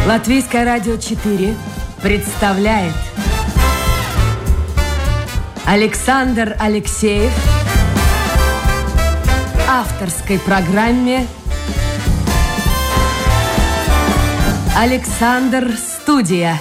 Латвийское радио 4 представляет Александр Алексеев в авторской программе «Александр Студия».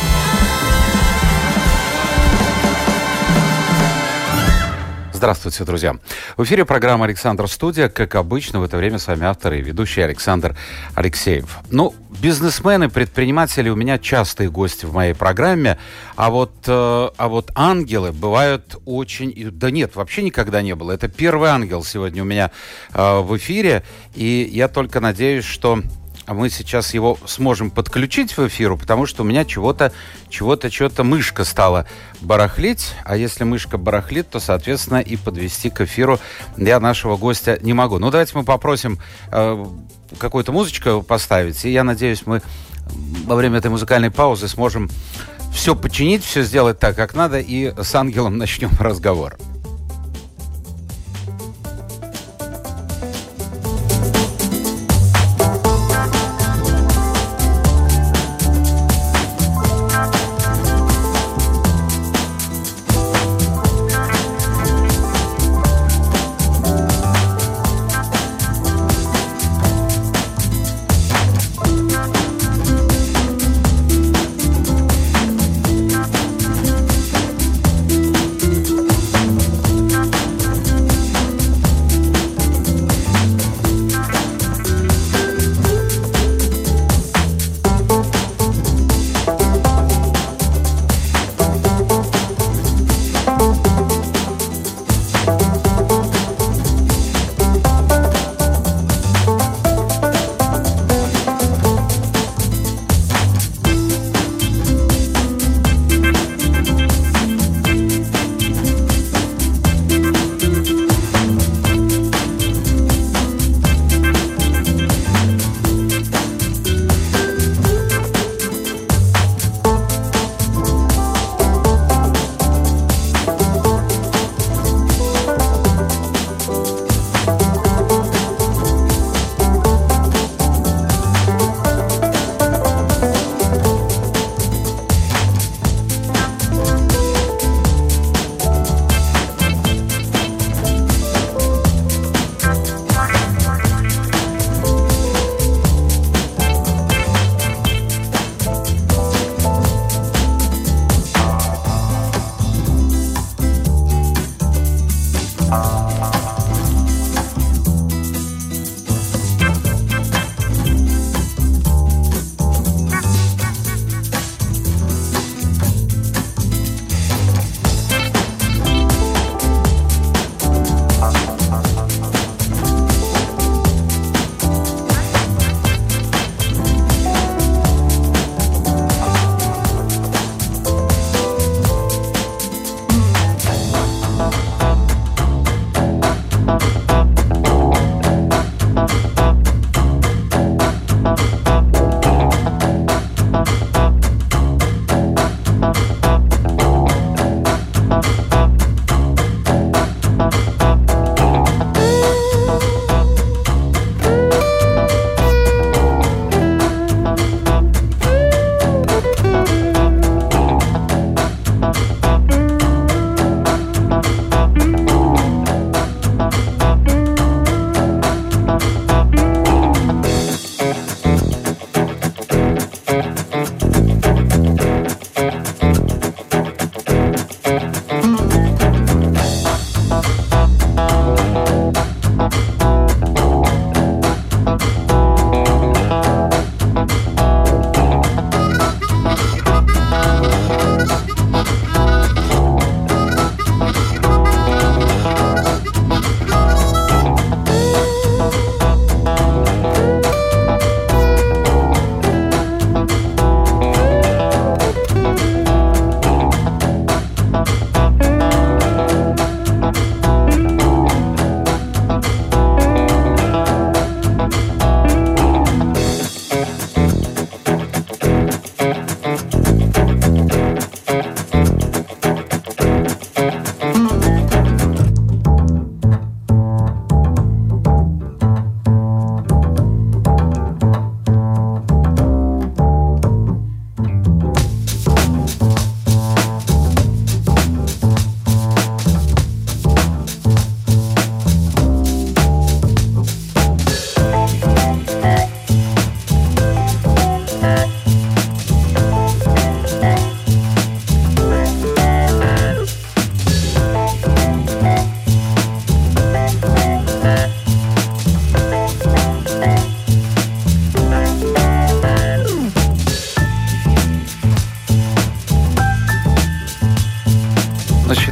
Здравствуйте, друзья. В эфире программа «Александр Студия». Как обычно, в это время с вами автор и ведущий Александр Алексеев. Бизнесмены, предприниматели у меня частые гости в моей программе, а вот ангелы бывают очень... Да нет, вообще никогда не было. Это первый ангел сегодня у меня в эфире, и я только надеюсь, что мы сейчас его сможем подключить в эфиру, потому что у меня чего-то мышка стала барахлить, а если мышка барахлит, то, соответственно, и подвести к эфиру я нашего гостя не могу. Давайте мы попросим какую-то музычку поставить, и я надеюсь, мы во время этой музыкальной паузы сможем все починить, все сделать так, как надо, и с ангелом начнем разговор.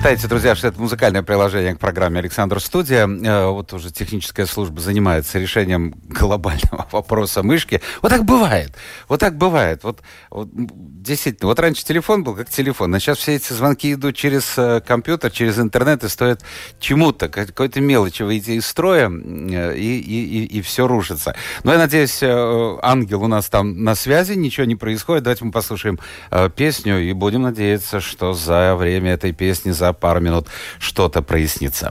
Считайте, друзья, что это музыкальное приложение к программе «Александр Студия». Вот уже техническая служба занимается решением глобального вопроса мышки. Вот так бывает. Вот так бывает. Вот действительно, вот раньше телефон был как телефон, а сейчас все эти звонки идут через компьютер, через интернет и стоят чему-то, какой-то мелочи выйти из строя, и все рушится. Но я надеюсь, ангел у нас там на связи, ничего не происходит. Давайте мы послушаем песню и будем надеяться, что за время этой песни, за пару минут что-то прояснится.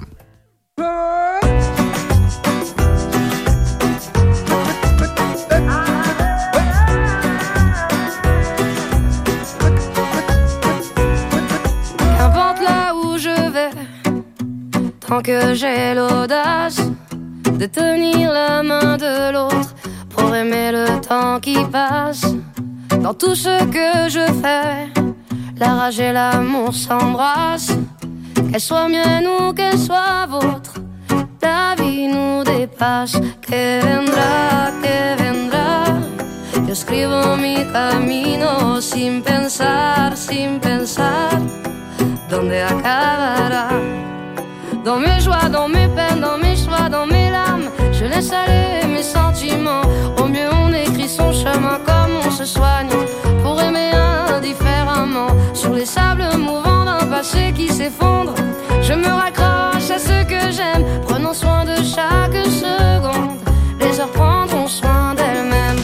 Tant que j'ai l'audace de tenir la main de l'autre pour aimer le temps qui passe. Dans tout ce que je fais, la rage et l'amour s'embrassent. Qu'elle soit mienne ou qu'elle soit vôtre, la vie nous dépasse. Que vendrá, yo escribo mi camino sin pensar, ¿dónde acabará? Dans mes joies, dans mes peines, dans mes choix, dans mes larmes, je laisse aller mes sentiments. Au mieux on écrit son chemin comme on se soigne pour aimer indifféremment. Sur les sables mouvants d'un passé qui s'effondre, je me raccroche à ce que j'aime. Prenons soin de chaque seconde, les heures prendront soin d'elles-mêmes.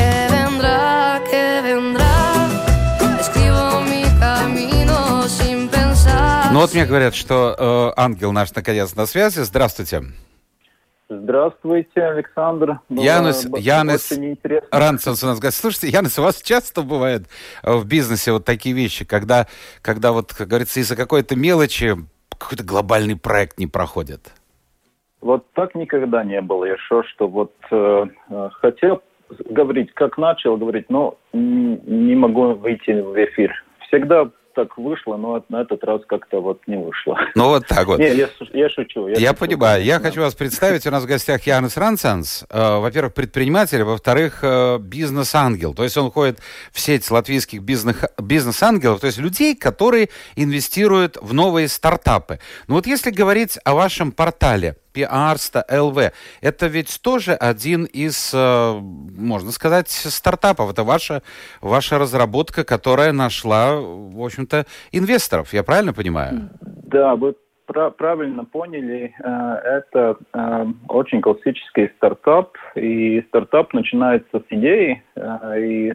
Que vendrá, escribo mi camino sin pensar. Ну вот мне говорят, что ангел наш наконец на связи. Здравствуйте. Здравствуйте, Александр. Янис Ранценс у нас говорит. Слушайте, Янис, у вас часто бывает в бизнесе вот такие вещи, когда вот, как говорится, из-за какой-то мелочи какой-то глобальный проект не проходит? Вот так никогда не было еще, что вот хотел говорить, как начал говорить, но не могу выйти в эфир. Всегда так вышло, но на этот раз как-то вот не вышло. Ну вот так вот. Не, я шучу. Я понимаю. Я хочу вас представить. У нас в гостях Янис Ранценс. Во-первых, предприниматель, во-вторых, бизнес-ангел. То есть он входит в сеть латвийских бизнес-ангелов, то есть людей, которые инвестируют в новые стартапы. Но вот если говорить о вашем портале Piarsta.lv, это ведь тоже один из, можно сказать, стартапов. Это ваша разработка, которая нашла, в общем-то, инвесторов. Я правильно понимаю? Да, вы правильно поняли. Это очень классический стартап. И стартап начинается с идеи и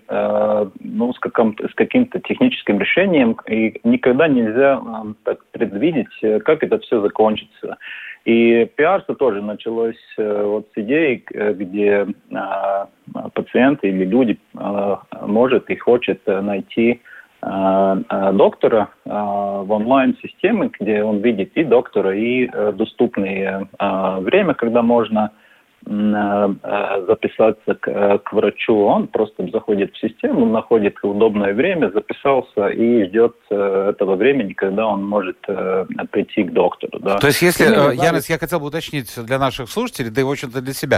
с каким-то техническим решением. И никогда нельзя так предвидеть, как это все закончится. И Piarsta тоже началось вот с идеи, где пациент или люди может и хочет найти доктора в онлайн-системе, где он видит и доктора, и доступное время, когда можно записаться к врачу. Он просто заходит в систему, находит удобное время, записался и ждет этого времени, когда он может прийти к доктору. Да. То есть, если, Янис, я хотел бы уточнить для наших слушателей, да и, в общем-то, для себя,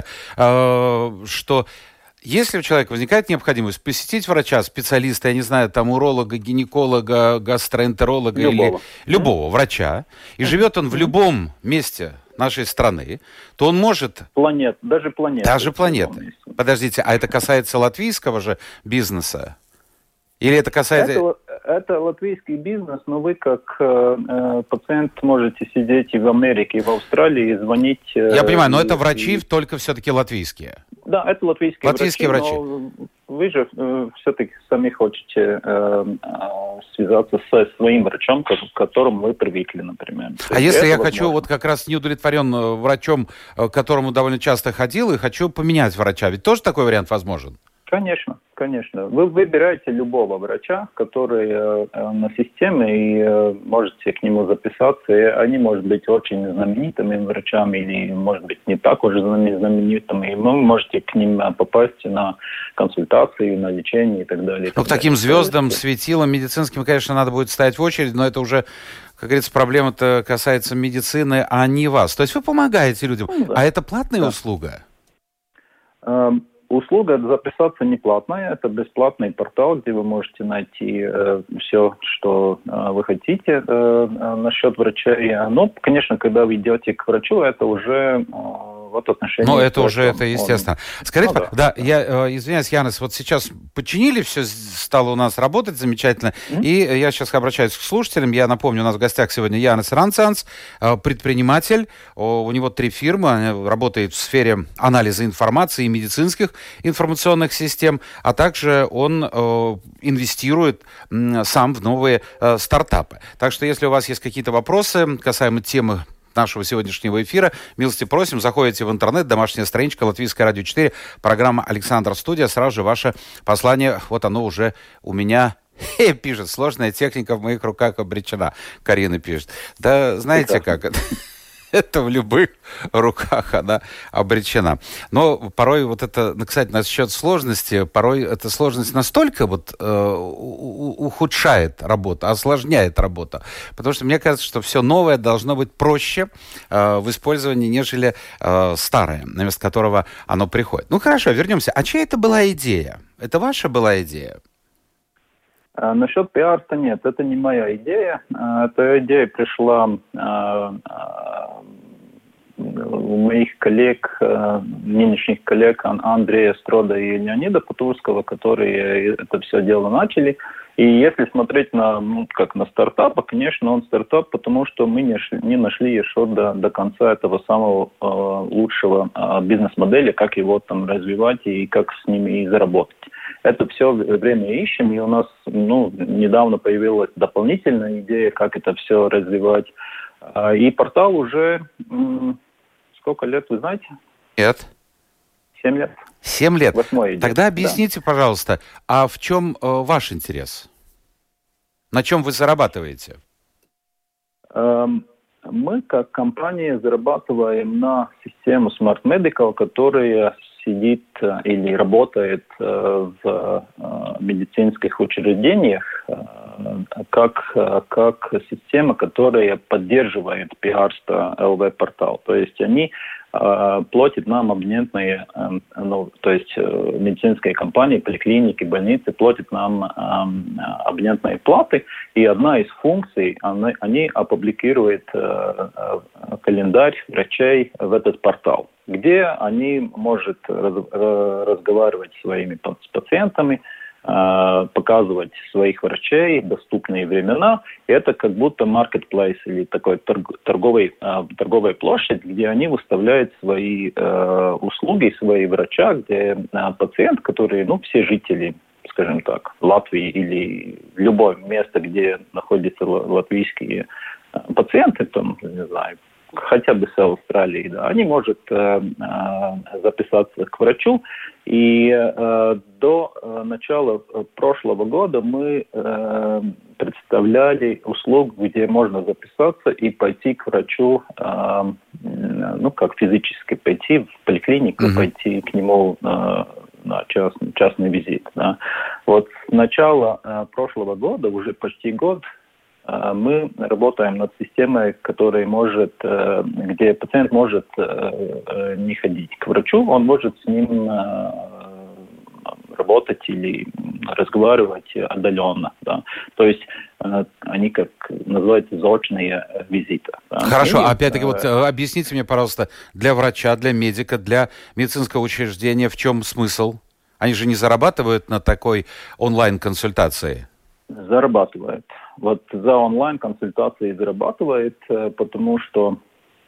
что если у человека возникает необходимость посетить врача, специалиста, я не знаю, там уролога, гинеколога, гастроэнтеролога или любого врача, и живет он в любом месте нашей страны, то он может... Даже планеты. Подождите, а это касается латвийского же бизнеса? Или это касается... Это латвийский бизнес, но вы как пациент можете сидеть и в Америке, и в Австралии, и звонить... Я понимаю, но это врачи только все-таки латвийские. Да, это латвийские врачи. Но вы же все-таки сами хотите связаться со своим врачом, к которому вы привыкли, например. А если я хочу, вот как раз не удовлетворен врачом, к которому довольно часто ходил, и хочу поменять врача, ведь тоже такой вариант возможен? Конечно. Вы выбираете любого врача, который на системе, и можете к нему записаться. И они, может быть, очень знаменитыми врачами, или, может быть, не так уже знаменитыми. И вы можете к ним попасть на консультации, на лечение и так далее. Ну, к таким звездам, светилам медицинским, конечно, надо будет стоять в очередь, но это уже, как говорится, проблема-то касается медицины, а не вас. То есть вы помогаете людям. Да. А это платная услуга? Услуга записаться не платная, это бесплатный портал, где вы можете найти все, что вы хотите насчет врачей. Но, конечно, когда вы идете к врачу, это уже вот отношение. Ну, это уже, это естественно. Скажите, да, я извиняюсь, Янис, вот сейчас починили, все стало у нас работать замечательно, и я сейчас обращаюсь к слушателям. Я напомню, у нас в гостях сегодня Янис Ранцанс, предприниматель. У него 3 фирмы, он работает в сфере анализа информации и медицинских информационных систем, а также он инвестирует сам в новые стартапы. Так что, если у вас есть какие-то вопросы касаемо темы нашего сегодняшнего эфира, милости просим, заходите в интернет, домашняя страничка Латвийское радио 4, программа «Александр Студия», сразу же ваше послание, вот оно уже у меня пишет, сложная техника в моих руках обречена, Карина пишет. Да знаете как это? Это в любых руках она обречена. Но порой вот это, кстати, насчет сложности, порой эта сложность настолько вот ухудшает работу, осложняет работу. Потому что мне кажется, что все новое должно быть проще в использовании, нежели старое, на место которого оно приходит. Ну хорошо, вернемся. А чья это была идея? Это ваша была идея? Насчет пиарства нет, это не моя идея. Эта идея пришла у моих коллег, нынешних коллег Андрея Строда и Леонида Потурского, которые это все дело начали. И если смотреть на стартап, конечно, он стартап, потому что мы не нашли еще до конца этого самого лучшего бизнес-модели, как его там развивать и как с ними и заработать. Это все время ищем, и у нас недавно появилась дополнительная идея, как это все развивать. И портал уже сколько лет, вы знаете? Нет. 7 лет. 7 лет. 8 идет. Тогда объясните, пожалуйста, а в чем ваш интерес? На чем вы зарабатываете? Мы, как компания, зарабатываем на систему Smart Medical, которая сидит или работает в медицинских учреждениях как система, которая поддерживает пиарство ЛВ-портал. То есть они платят нам абонентные, медицинские компании, поликлиники, больницы платят нам абонентные платы, и одна из функций, они опубликуют календарь врачей в этот портал, где они могут разговаривать с своими пациентами, показывать своих врачей, доступные времена. И это как будто marketplace или такой торговая площадь, где они выставляют свои услуги, свои врача, где пациент, который, все жители, скажем так, Латвии или любое место, где находятся латвийские пациенты, там, не знаю, хотя бы с Австралии, да, они могут записаться к врачу. И до начала прошлого года мы представляли услугу, где можно записаться и пойти к врачу, как физически пойти в поликлинику, пойти к нему на частный визит. Да. Вот с начала прошлого года, уже почти год, мы работаем над системой, где пациент может не ходить к врачу, он может с ним работать или разговаривать отдаленно. Да. То есть они, как называются, заочные визиты. Да. Хорошо, опять-таки, объясните мне, пожалуйста, для врача, для медика, для медицинского учреждения в чем смысл? Они же не зарабатывают на такой онлайн-консультации? Зарабатывает. Вот за онлайн-консультации зарабатывает, потому что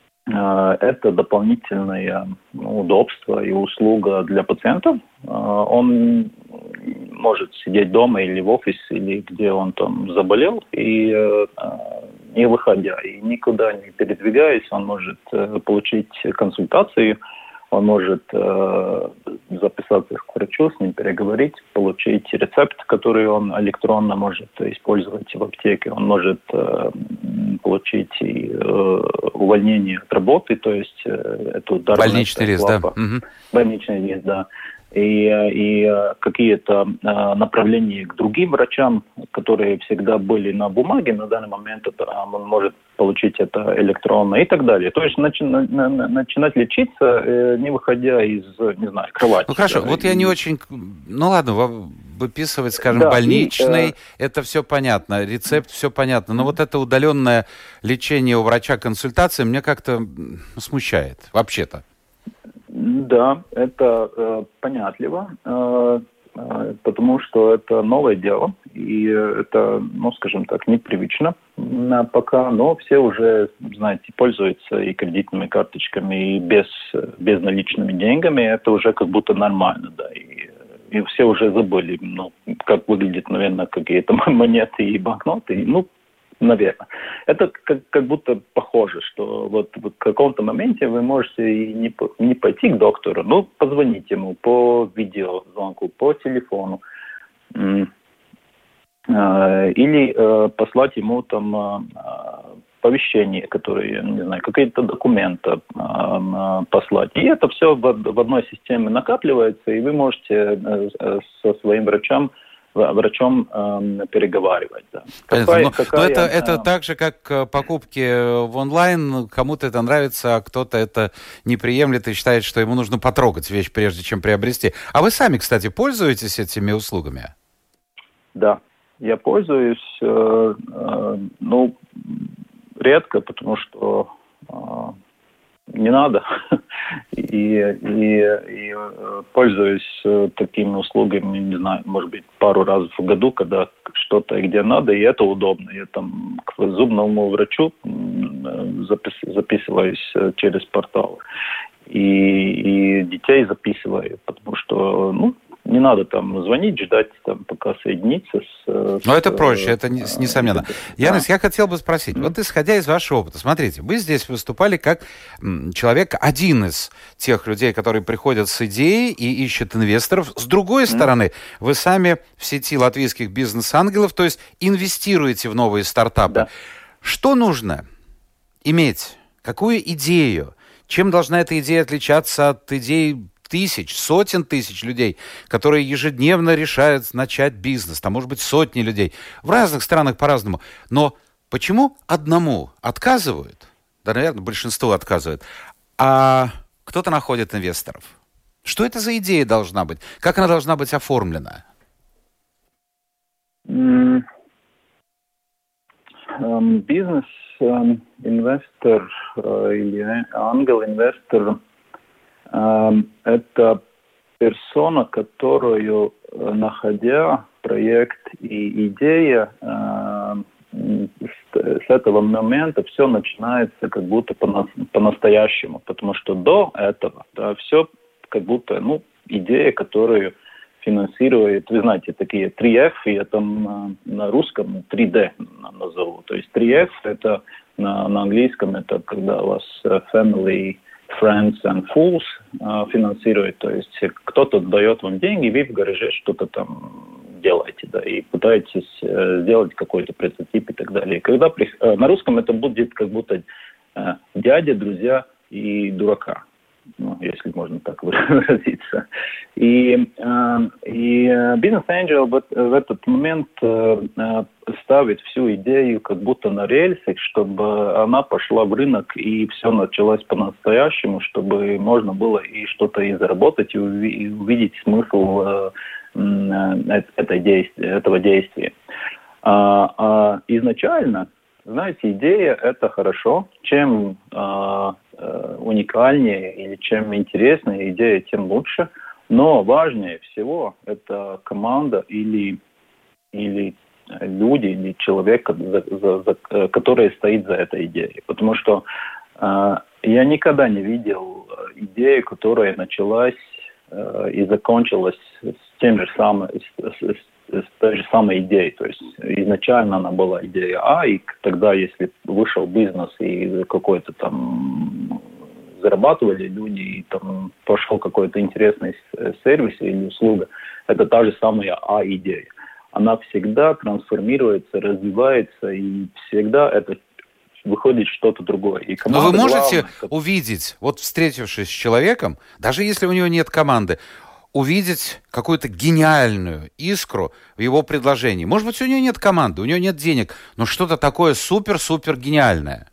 это дополнительное удобство и услуга для пациентов. Он может сидеть дома или в офисе, или где он там заболел, и не выходя, и никуда не передвигаясь, он может получить консультацию. Он может записаться к врачу, с ним переговорить, получить рецепт, который он электронно может использовать в аптеке. Он может получить увольнение от работы, то есть эту больничный лист, да. Больничный лист, да. и какие-то направления к другим врачам, которые всегда были на бумаге, на данный момент он может получить это электронно и так далее. То есть начинать лечиться, не выходя из, не знаю, кровати. Ну хорошо, вот я не очень... Ну ладно, выписывать, скажем, да, больничный, это все понятно, рецепт, все понятно, но вот это удаленное лечение у врача, консультация, меня как-то смущает, вообще-то. Да, это понятливо, потому что это новое дело, и это, ну, скажем так, непривычно пока, но все уже, знаете, пользуются и кредитными карточками, и безналичными деньгами, это уже как будто нормально, да, и все уже забыли, ну, как выглядят, наверное, какие-то монеты и банкноты, ну, наверное. Это как будто похоже, что вот в каком-то моменте вы можете и не пойти к доктору, но позвонить ему по видеозвонку, по телефону, или послать ему там оповещения, которые, не знаю, какие-то документы послать. И это все в одной системе накапливается, и вы можете со своим врачом переговаривать. Да. Но это так же, как покупки в онлайн. Кому-то это нравится, а кто-то это не приемлет и считает, что ему нужно потрогать вещь, прежде чем приобрести. А вы сами, кстати, пользуетесь этими услугами? Да, я пользуюсь, ну, редко, потому что не надо. И пользуюсь такими услугами, не знаю, может быть, пару раз в году, когда что-то и где надо, и это удобно. Я там к зубному врачу записываюсь через портал. И детей записываю, потому что, ну, не надо там звонить, ждать, там, пока соединиться с... Но это проще, это несомненно. Янис, я хотел бы спросить, вот исходя из вашего опыта, смотрите, вы здесь выступали как человек, один из тех людей, которые приходят с идеей и ищут инвесторов. С другой стороны, вы сами в сети латвийских бизнес-ангелов, то есть инвестируете в новые стартапы. Да. Что нужно иметь? Какую идею? Чем должна эта идея отличаться от идей тысяч, сотен тысяч людей, которые ежедневно решают начать бизнес, там, может быть, сотни людей. В разных странах по-разному. Но почему одному отказывают, да, наверное, большинство отказывают, а кто-то находит инвесторов? Что это за идея должна быть? Как она должна быть оформлена? Бизнес-инвестор или ангел-инвестор это персона, которую, находя проект и идея, с этого момента все начинается как будто по-настоящему, потому что до этого, да, все как будто, ну, идея, которую финансирует, вы знаете, такие 3F, и это на русском 3D назову. То есть 3F это на английском, это когда у вас family, friends and fools финансирует, то есть кто-то дает вам деньги, вы в гараже что-то там делаете, да, и пытаетесь сделать какой-то прототип и так далее. И когда на русском это будет как будто дядя, друзья и дурака, ну, если можно так выразиться. И бизнес-ангел в этот момент ставит всю идею как будто на рельсы, чтобы она пошла в рынок и все началось по-настоящему, чтобы можно было и что-то и заработать, и увидеть смысл этого действия. Изначально, знаете, идея – это хорошо. Чем уникальнее или чем интереснее идея, тем лучше. Но важнее всего это команда или люди, или человек, который стоит за этой идеей. Потому что я никогда не видел идею, которая началась и закончилась с той же самой идеей. То есть изначально она была идея А, и тогда, если вышел бизнес и какой-то там зарабатывали люди, и там пошел какой-то интересный сервис или услуга, это та же самая А-идея. Она всегда трансформируется, развивается, и всегда это выходит что-то другое. И но вы можете увидеть, вот встретившись с человеком, даже если у него нет команды, увидеть какую-то гениальную искру в его предложении. Может быть, у него нет команды, у него нет денег, но что-то такое супер-супер гениальное.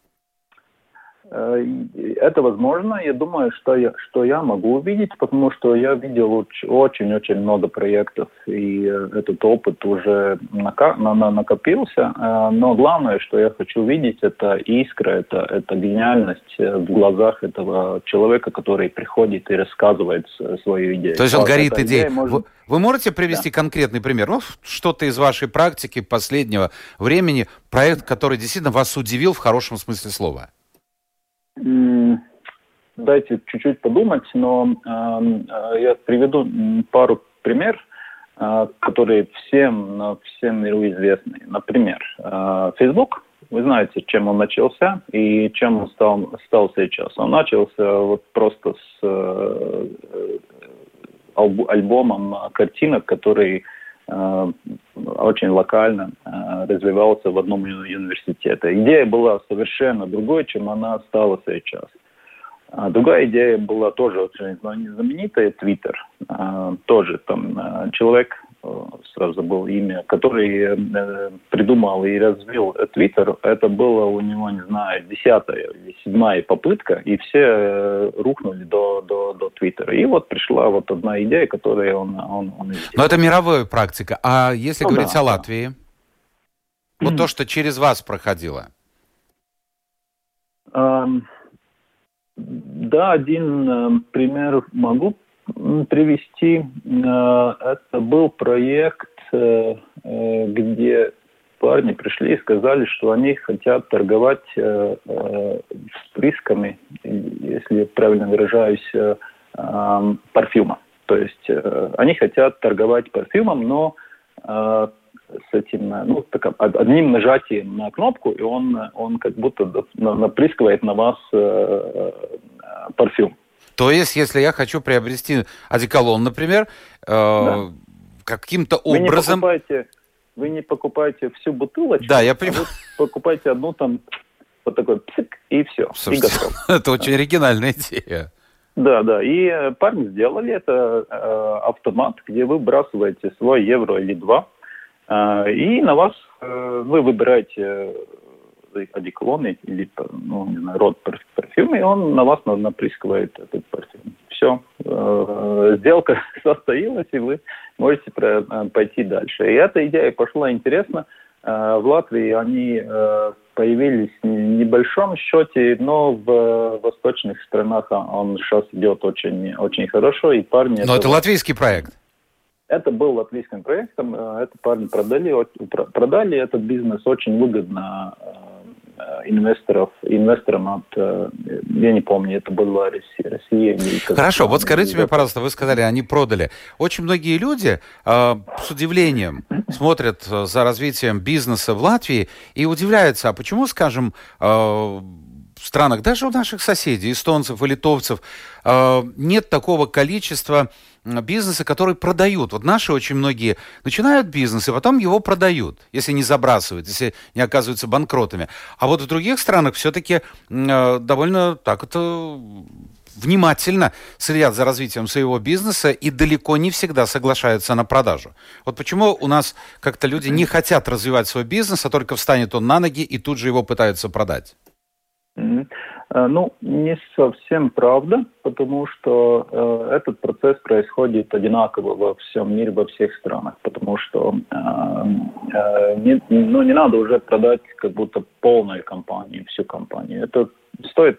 Это возможно. Я думаю, что я могу увидеть, потому что я видел очень-очень много проектов, и этот опыт уже накопился. Но главное, что я хочу видеть, это искра, это гениальность в глазах этого человека, который приходит и рассказывает свою идею. То есть он горит идеей. Может... Вы можете привести конкретный пример? Ну, что-то из вашей практики последнего времени, проект, который действительно вас удивил в хорошем смысле слова? Дайте чуть-чуть подумать, но я приведу пару примеров, которые всем миру известны. Например, Facebook, вы знаете, чем он начался и чем он стал сейчас. Он начался вот просто с альбомом картинок, который очень локально развивался в одном университете. Идея была совершенно другой, чем она стала сейчас. Другая идея была тоже очень знаменитая, Twitter. Тоже там человек, сразу забыл имя, который придумал и развил Twitter. Это было у него, не знаю, 10-я или 7-я попытка, и все рухнули до Twitter. И вот пришла вот одна идея, которую он сделал. Но это мировая практика. А если говорить о Латвии? Вот то, что через вас проходило. Да, один пример могу привести. Это был проект, где парни пришли и сказали, что они хотят торговать впрысками, если я правильно выражаюсь, парфюма. То есть они хотят торговать парфюмом, но с этим, одним нажатием на кнопку, и он как будто напрыскивает на вас парфюм. То есть, если я хочу приобрести одеколон, например, каким-то образом... Вы не покупаете всю бутылочку, да, я понимаю. Вы покупаете одну там, вот такой псик, и все. Слушайте, и готов. Это очень оригинальная идея. Да, и парни сделали это автомат, где вы выбрасываете свой евро или 2, и на вас вы выбираете одеколон или не знаю, род парфюма, и он на вас напрыскивает этот парфюм. Все. Сделка состоялась, и вы можете пойти дальше. И эта идея пошла интересно. В Латвии они появились в небольшом счете, но в восточных странах он сейчас идет очень, очень хорошо. И парни... Но это латвийский проект. Это был латвийским проектом. Это парни продали этот бизнес очень выгодно инвесторам от, я не помню, это была Россия. Хорошо, вот скажите мне, пожалуйста, вы сказали, они продали. Очень многие люди с удивлением смотрят за развитием бизнеса в Латвии и удивляются, а почему, скажем, в странах, даже у наших соседей, эстонцев и литовцев, нет такого количества бизнеса, который продают. Вот наши очень многие начинают бизнес, и потом его продают, если не забрасывают, если не оказываются банкротами. А вот в других странах все-таки довольно так это внимательно следят за развитием своего бизнеса и далеко не всегда соглашаются на продажу. Вот почему у нас как-то люди не хотят развивать свой бизнес, а только встанет он на ноги и тут же его пытаются продать? Не совсем правда, потому что этот процесс происходит одинаково во всем мире, во всех странах, потому что не надо уже продать как будто полную компанию, всю компанию. Это стоит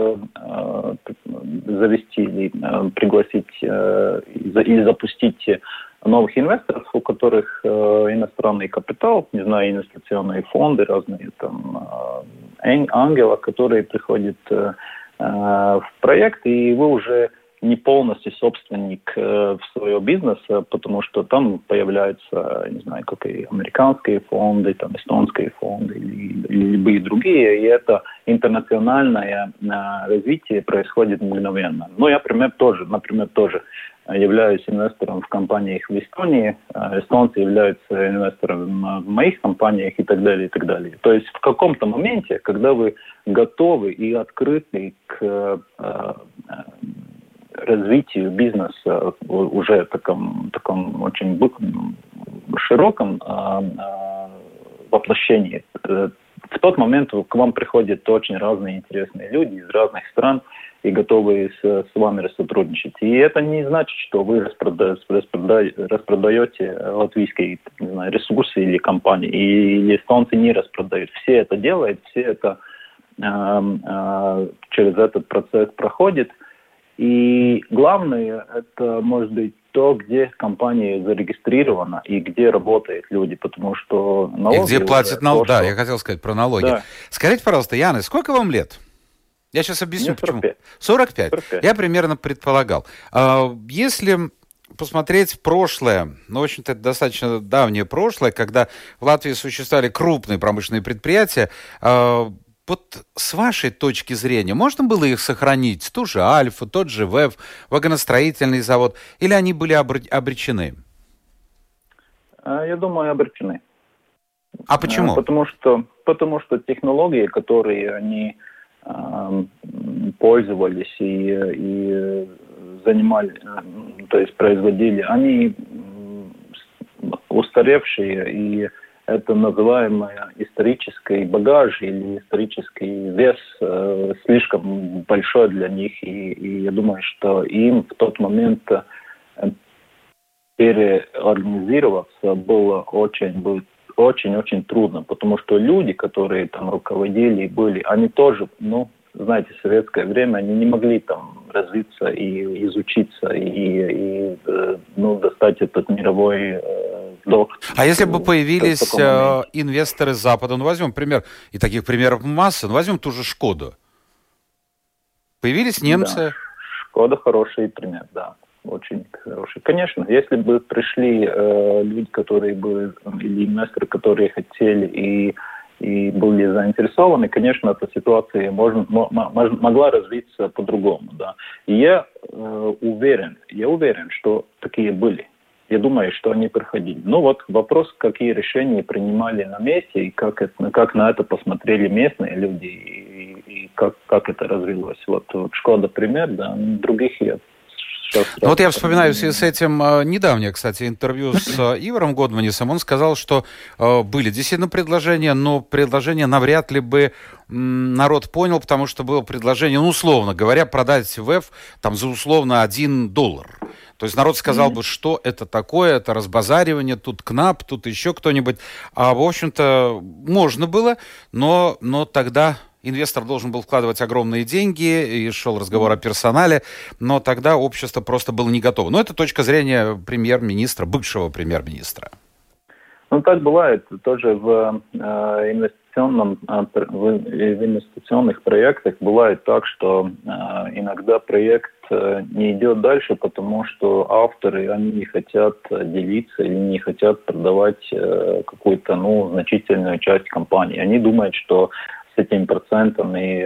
завести или пригласить или запустить новых инвесторов, у которых иностранный капитал, не знаю, инвестиционные фонды, разные там ангелы, которые приходят в проект, и вы уже не полностью собственник своего бизнеса, потому что там появляются, не знаю, какие американские фонды, там эстонские фонды или любые другие, и это интернациональное развитие происходит мгновенно. Я, например, тоже являюсь инвестором в компаниях в Эстонии, эстонцы являются инвестором в моих компаниях и так далее, и так далее. То есть в каком-то моменте, когда вы готовы и открыты к развитию бизнеса уже таком очень широком воплощении. В тот момент к вам приходят очень разные интересные люди из разных стран и готовы с вами сотрудничать. И это не значит, что вы распродаете латвийские, не знаю, ресурсы или компании, или эстонцы не распродают. Все это делают, все это через этот процесс проходит. И главное, это может быть то, где компания зарегистрирована и где работают люди, потому что налоги... И где платят налоги. Да, я хотел сказать про налоги. Да. Скажите, пожалуйста, Яна, сколько вам лет? Я сейчас объясню, почему. 45. 45? Я примерно предполагал. Если посмотреть в прошлое, ну, в общем-то, это достаточно давнее прошлое, когда в Латвии существовали крупные промышленные предприятия, вот с вашей точки зрения, можно было их сохранить? Ту же Альфу, тот же ВЭФ, вагоностроительный завод, или они были обречены? Я думаю, обречены. А почему? Потому что технологии, которые они пользовались и занимали, то есть производили, они устаревшие, и это называемый исторический багаж или исторический вес слишком большой для них. И я думаю, что им в тот момент переорганизироваться было очень трудно, потому что люди, которые там руководили и были, они тоже, знаете, в советское время они не могли там развиться и изучиться и достать этот мировой долг. А если бы появились инвесторы с Запада, возьмем пример, и таких примеров масса, возьмем ту же Шкоду. Появились немцы. Да, Шкода хороший пример, да. Очень хороший. Конечно, если бы пришли люди, которые бы, или инвесторы, которые хотели и были заинтересованы, конечно, эта ситуация могла развиться по-другому, да. И я уверен, что такие были. Я думаю, что они проходили. Вопрос, какие решения принимали на месте, и как на это посмотрели местные люди, и как это развилось. Вот Шкода пример, да, других я... я вспоминаю в связи с этим недавнее, кстати, интервью с Иваром Годманисом. Он сказал, что были действительно предложения, но предложения навряд ли бы народ понял, потому что было предложение, условно говоря, продать ВЭФ там за условно $1. То есть народ сказал бы, что это такое, это разбазаривание, тут КНАП, тут еще кто-нибудь. А, в общем-то, можно было, но тогда... Инвестор должен был вкладывать огромные деньги, и шел разговор о персонале, но тогда общество просто было не готово. Но это точка зрения премьер-министра, бывшего премьер-министра. Так бывает. Тоже в инвестиционных проектах бывает так, что иногда проект не идет дальше, потому что авторы, они не хотят делиться или не хотят продавать какую-то значительную часть компании. Они думают, что с этим процентом и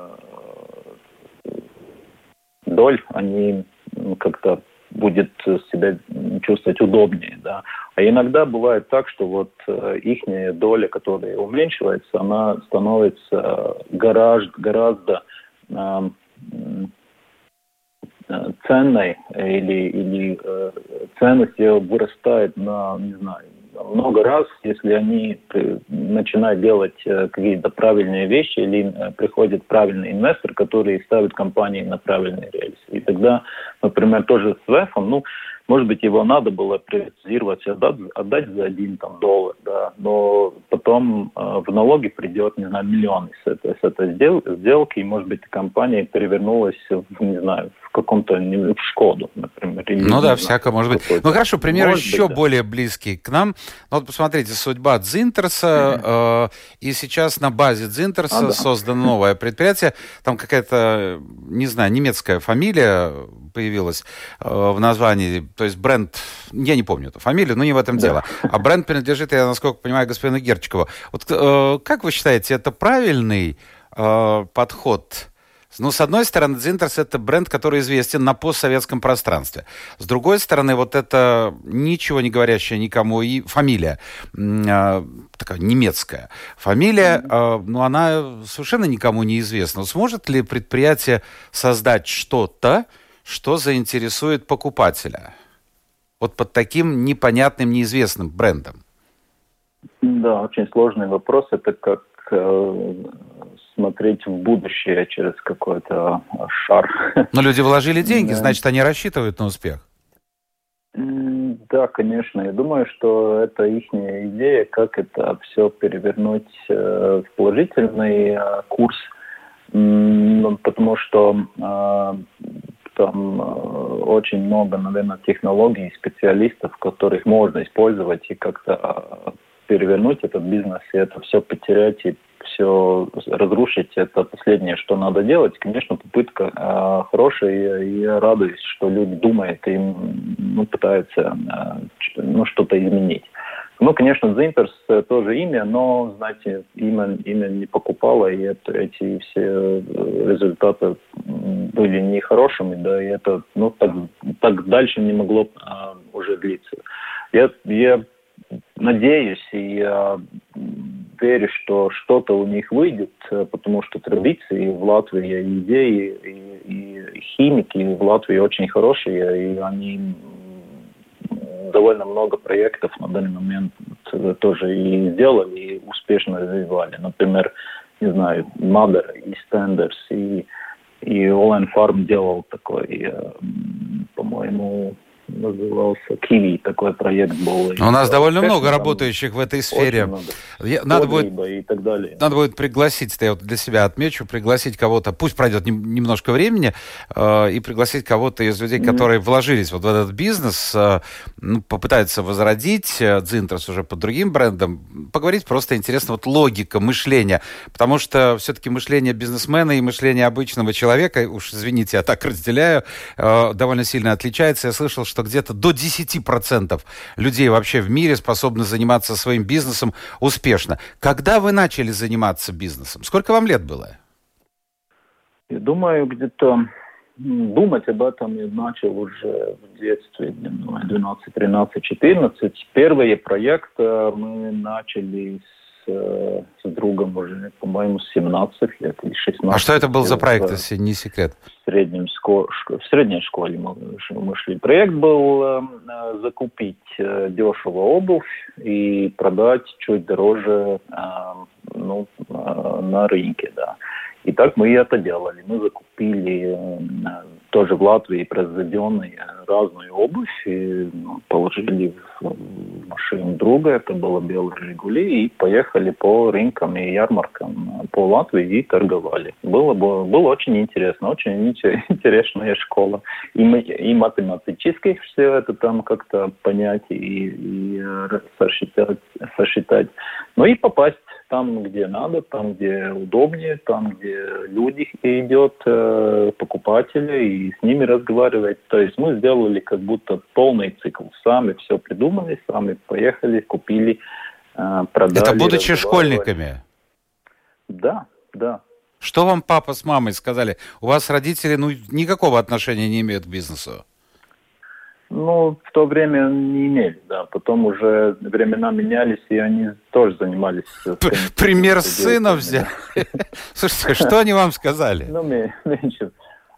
доль они как-то будет себя чувствовать удобнее, да. А иногда бывает так, что ихняя доля, которая уменьшивается, она становится гораздо ценной или ценность ее вырастает на, не знаю, много раз, если они начинают делать какие-то правильные вещи или приходит правильный инвестор, который ставит компании на правильные рельсы. И тогда, например, тоже с ВЭФом, может быть, его надо было приватизировать, отдать за $1, да, но потом в налоги придет, не знаю, миллионы с этой сделки, и, может быть, компания перевернулась в каком-то, в Шкоду, например. Или, всякое может быть. Хорошо, пример еще более близкий к нам. Посмотрите, судьба Дзинтерса, и сейчас на базе Дзинтерса создано новое предприятие, там какая-то, не знаю, немецкая фамилия появилась в названии, то есть бренд, я не помню эту фамилию, но не в этом дело. А бренд принадлежит, я насколько понимаю, господину Герчикову. Как вы считаете, это правильный подход? С одной стороны, Дзинтерс — это бренд, который известен на постсоветском пространстве. С другой стороны, это ничего не говорящая никому и фамилия, такая немецкая фамилия, она совершенно никому не известна. Сможет ли предприятие создать что-то, что заинтересует покупателя? Вот под таким непонятным, неизвестным брендом. Да, очень сложный вопрос. Это как смотреть в будущее через какой-то шар. Но люди вложили деньги, значит, они рассчитывают на успех. Да, конечно. Я думаю, что это их идея, как это все перевернуть в положительный курс, потому что там очень много, наверное, технологий, специалистов, которых можно использовать и как-то перевернуть этот бизнес, и это все потерять, и все разрушить. Это последнее, что надо делать. Конечно, попытка хорошая, и я радуюсь, что люди думают и пытаются что-то изменить. Ну, конечно, Дзинтерс тоже имя, но, знаете, имя не покупало, и эти все результаты были нехорошими, да, и это, так дальше не могло уже длиться. Я надеюсь и верю, что что-то у них выйдет, потому что традиции в Латвии, идеи и химики в Латвии очень хорошие, и они довольно много проектов на данный момент тоже и сделали, и успешно развивали. Например, не знаю, Mother и Standards, и Olen Farm делал такой, по-моему, назывался Kiwi, такой проект был. У нас довольно много работающих в этой сфере. Надо будет, и так далее. Надо будет пригласить, я вот для себя отмечу, пригласить кого-то, пусть пройдет немножко времени, и пригласить кого-то из людей, которые вложились вот в этот бизнес, попытаются возродить Дзинтерс уже под другим брендом, поговорить просто интересно, вот логика мышления, потому что все-таки мышление бизнесмена и мышление обычного человека, уж извините, я так разделяю, довольно сильно отличается. Я слышал, что где-то до 10% людей вообще в мире способны заниматься своим бизнесом успешно. Когда вы начали заниматься бизнесом? Сколько вам лет было? Я думаю, где-то думать об этом я начал уже в детстве, 12, 13, 14. Первый проект мы начали с другом уже, по-моему, с 17 лет или 16. А что это был за проект, если не секрет? В средней школе мы шли. Проект был закупить дешево обувь и продать чуть дороже на рынке, да. И так мы это делали. Мы закупили тоже в Латвии произведенную разную обувь и положили в машину друга, это было белые «Жигули», и поехали по рынкам и ярмаркам по Латвии и торговали. Было очень интересно, очень интересная школа. И математически все это там как-то понять и сосчитать. Ну и попасть там, где надо, там, где удобнее, там, где люди идет, покупатели, и с ними разговаривать. То есть мы сделали как будто полный цикл. Сами все придумали, сами поехали, купили, продали. Это будучи школьниками? Да. Что вам папа с мамой сказали? У вас родители никакого отношения не имеют к бизнесу? В то время не имели, да. Потом уже времена менялись, и они тоже занимались... Пример сына взяли. Слушайте, что они вам сказали? Меньше.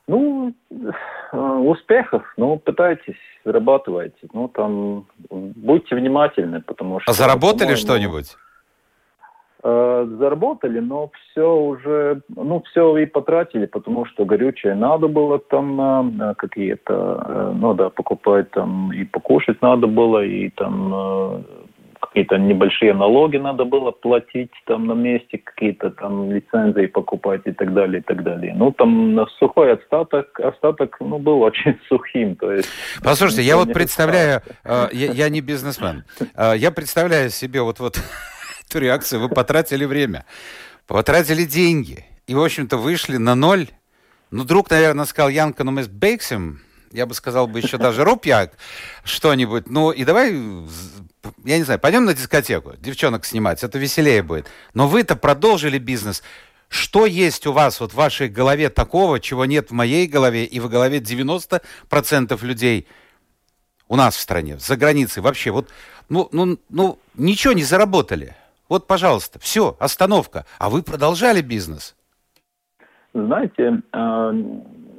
Успехов. Пытайтесь, зарабатывайте. Будьте внимательны, потому что... А заработали что-нибудь? Заработали, но все уже, все и потратили, потому что горючее надо было там какие-то, покупать там, и покушать надо было, и там какие-то небольшие налоги надо было платить там на месте, какие-то там лицензии покупать и так далее, и так далее. Там сухой остаток был очень сухим. То есть, послушайте, я вот представляю, я не бизнесмен, я представляю себе вот эту реакцию. Вы потратили время, потратили деньги и, в общем-то, вышли на ноль. Друг, наверное, сказал: Янка, мы бейксим. Я бы сказал еще даже рупьяк что-нибудь. И давай, я не знаю, пойдем на дискотеку, девчонок снимать, это веселее будет. Но вы-то продолжили бизнес. Что есть у вас в вашей голове такого, чего нет в моей голове и в голове 90% людей у нас в стране, за границей вообще? Ничего не заработали. Пожалуйста, все, остановка. А вы продолжали бизнес? Знаете,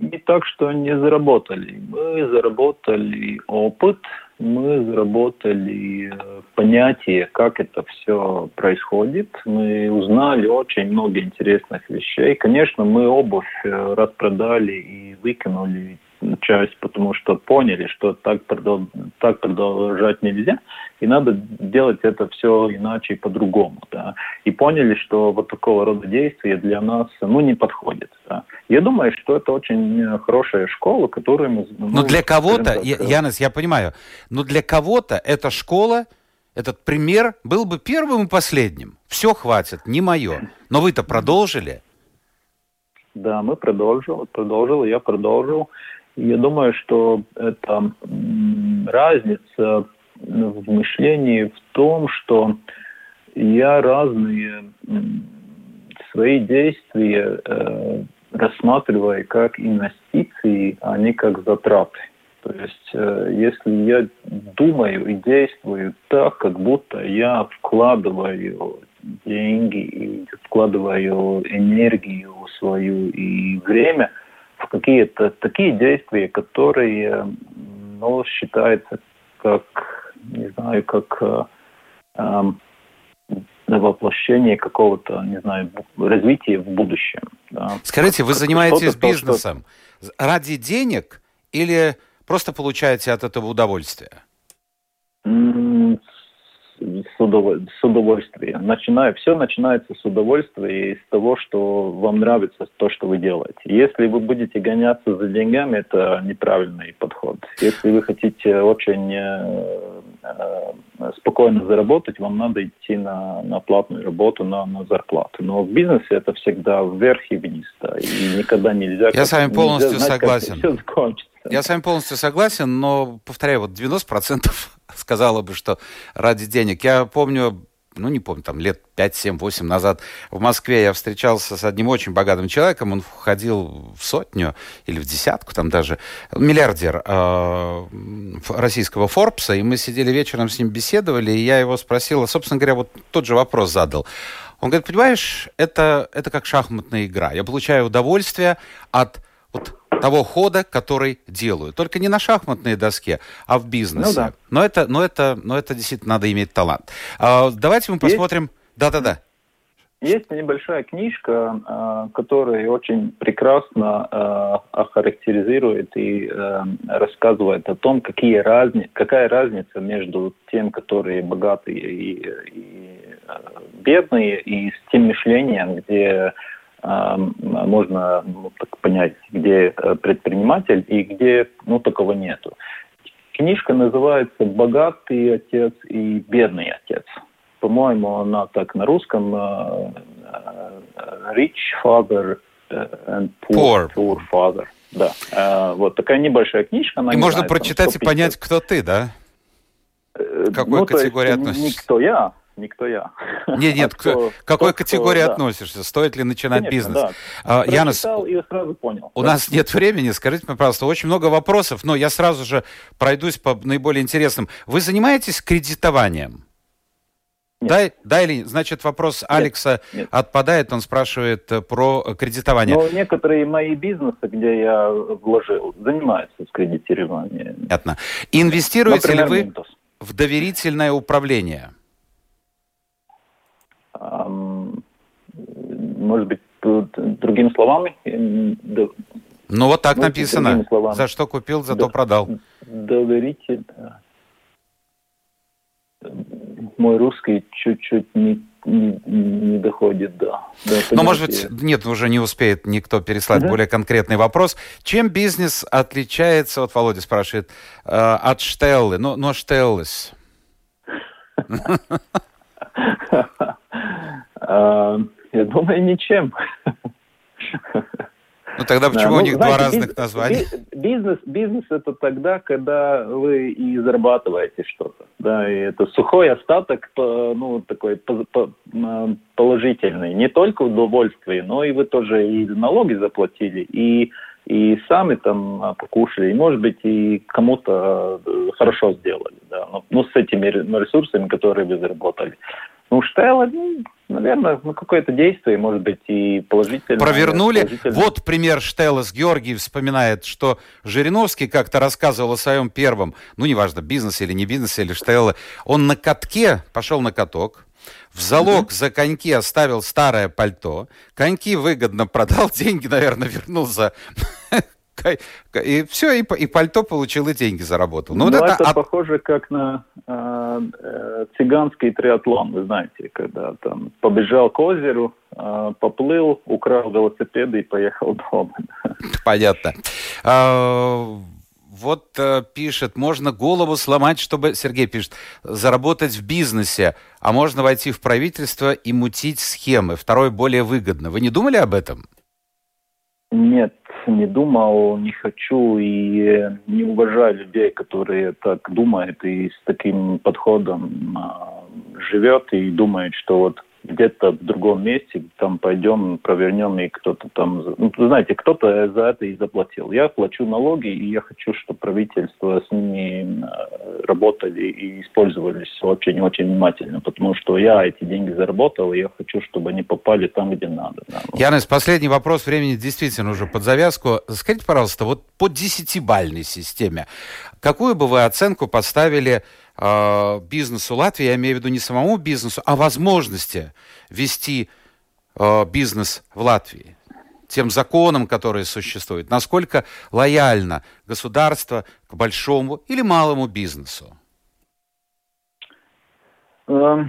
не так, что не заработали. Мы заработали опыт, мы заработали понятие, как это все происходит. Мы узнали очень много интересных вещей. Конечно, мы обувь распродали и выкинули часть, потому что поняли, что так продолжать нельзя, и надо делать это все иначе и по-другому. Да. И поняли, что вот такого рода действия для нас не подходит. Да. Я думаю, что это очень хорошая школа, которую мы... Но для кого-то, Янис, я понимаю, но для кого-то эта школа, этот пример был бы первым и последним. Все, хватит, не мое. Но вы-то продолжили. Да, мы продолжил, я продолжил. Я думаю, что это разница в мышлении в том, что я разные свои действия рассматриваю как инвестиции, а не как затраты. То есть, если я думаю и действую так, как будто я вкладываю деньги и вкладываю энергию свою и время в какие-то такие действия, которые, считаются как, не знаю, как воплощение какого-то, не знаю, развития в будущем. Да. Скажите, вы занимаетесь бизнесом ради денег или просто получаете от этого удовольствие? С удовольствием. Все начинается с удовольствия и с того, что вам нравится то, что вы делаете. Если вы будете гоняться за деньгами, это неправильный подход. Если вы хотите очень спокойно заработать, вам надо идти на платную работу, на зарплату. Но в бизнесе это всегда вверх и вниз. Да, и никогда нельзя... Я с вами полностью согласен. Все закончится. Я с вами полностью согласен, но, повторяю, вот 90% сказала бы, что ради денег. Я помню, не помню, там лет 5, 7, 8 назад в Москве я встречался с одним очень богатым человеком, он входил в 100 или в 10, там даже, миллиардер российского Форбса, и мы сидели вечером с ним беседовали, и я его спросил, собственно говоря, вот тот же вопрос задал. Он говорит, понимаешь, это как шахматная игра. Я получаю удовольствие от того хода, который делаю. Только не на шахматной доске, а в бизнесе. Да. Но это действительно надо иметь талант. Давайте мы посмотрим... Да. Есть небольшая книжка, которая очень прекрасно охарактеризует и рассказывает о том, какая разница между тем, которые богатые и бедные, и с тем мышлением, где можно так понять, где предприниматель и где такого нету. Книжка называется «Богатый отец и бедный отец». По-моему, она так на русском «Rich father and poor father». Да. Вот такая небольшая книжка. И можно прочитать и понять, кто ты, да? К какой категории относишься? Никто я. Нет, к какой категории относишься? Стоит ли начинать бизнес? Да. Прочитал и сразу понял. У нас нет времени, скажите мне, пожалуйста, очень много вопросов, но я сразу же пройдусь по наиболее интересным. Вы занимаетесь кредитованием? Нет. Да или нет? Значит, вопрос Алекса отпадает, он спрашивает про кредитование. Но некоторые мои бизнесы, где я вложил, занимаются с кредитированием. Понятно. Инвестируете ли вы в доверительное управление? Может быть, другими словами? Вот так написано. За что купил, зато продал. Доверитель. Мой русский чуть-чуть не доходит до Но, может быть, нет, уже не успеет никто переслать более конкретный вопрос. Чем бизнес отличается, вот Володя спрашивает, от Штеллы? Штеллес. Я думаю, ничем. Тогда почему у них два разных названия? Бизнес это тогда, когда вы и зарабатываете что-то. Да, и это сухой остаток, такой положительный. Не только удовольствие, но и вы тоже и налоги заплатили, и сами там покушали, и, может быть, и кому-то хорошо сделали. Да. С этими ресурсами, которые вы заработали. Штелла, Наверное, какое-то действие, может быть, и положительное. Провернули. Вот пример Штеллас. Георгий вспоминает, что Жириновский как-то рассказывал о своем первом, неважно, бизнесе или не бизнесе, или Штелла. Он на катке, пошел на каток, в залог за коньки оставил старое пальто, коньки выгодно продал, деньги, наверное, вернул за... И все, и пальто получил, и деньги заработал. Это похоже как на цыганский триатлон, вы знаете, когда там побежал к озеру, поплыл, украл велосипед и поехал дома. Понятно. Пишет, можно голову сломать, чтобы, Сергей пишет, заработать в бизнесе, а можно войти в правительство и мутить схемы. Второе более выгодно. Вы не думали об этом? Нет, не думал, не хочу и не уважаю людей, которые так думают и с таким подходом живет и думает, что вот где-то в другом месте там пойдем, провернем, и кто-то там... вы знаете, кто-то за это и заплатил. Я плачу налоги, и я хочу, чтобы правительство с ними работали и использовались очень-очень внимательно, потому что я эти деньги заработал, и я хочу, чтобы они попали там, где надо. Да. Янис, последний вопрос, времени действительно уже под завязку. Скажите, пожалуйста, вот по 10-бальной системе, какую бы вы оценку поставили бизнесу Латвии, я имею в виду не самому бизнесу, а возможности вести бизнес в Латвии, тем законам, которые существуют? Насколько лояльно государство к большому или малому бизнесу? 8,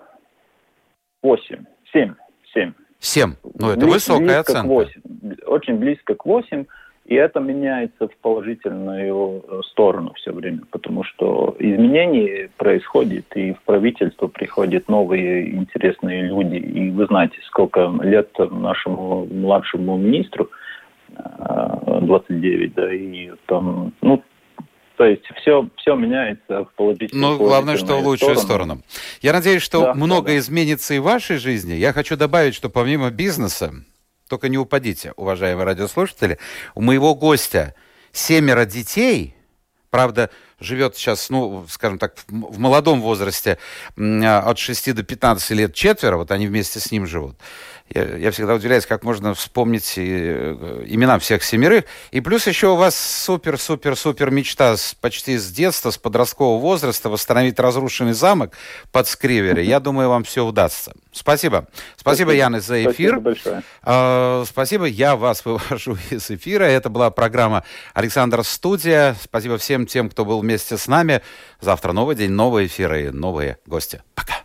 7. 7. Это высокая оценка. 8. Очень близко к 8. И это меняется в положительную сторону все время, потому что изменения происходят, и в правительство приходят новые интересные люди. И вы знаете, сколько лет нашему младшему министру, 29, да, и там, то есть все меняется в положительную сторону. Главное, что в лучшую сторону. Я надеюсь, что многое изменится и в вашей жизни. Я хочу добавить, что помимо бизнеса, только не упадите, уважаемые радиослушатели, у моего гостя 7 детей, правда, живет сейчас, скажем так, в молодом возрасте, от 6 до 15 лет 4, вот они вместе с ним живут. Я всегда удивляюсь, как можно вспомнить имена всех 7. И плюс еще у вас супер мечта почти с детства, с подросткового возраста восстановить разрушенный замок под Скривере. Я думаю, вам все удастся. Спасибо. Спасибо, Янис, за эфир. Спасибо большое. Спасибо. Я вас вывожу из эфира. Это была программа «Александр Студия». Спасибо всем тем, кто был вместе с нами. Завтра новый день, новые эфиры и новые гости. Пока.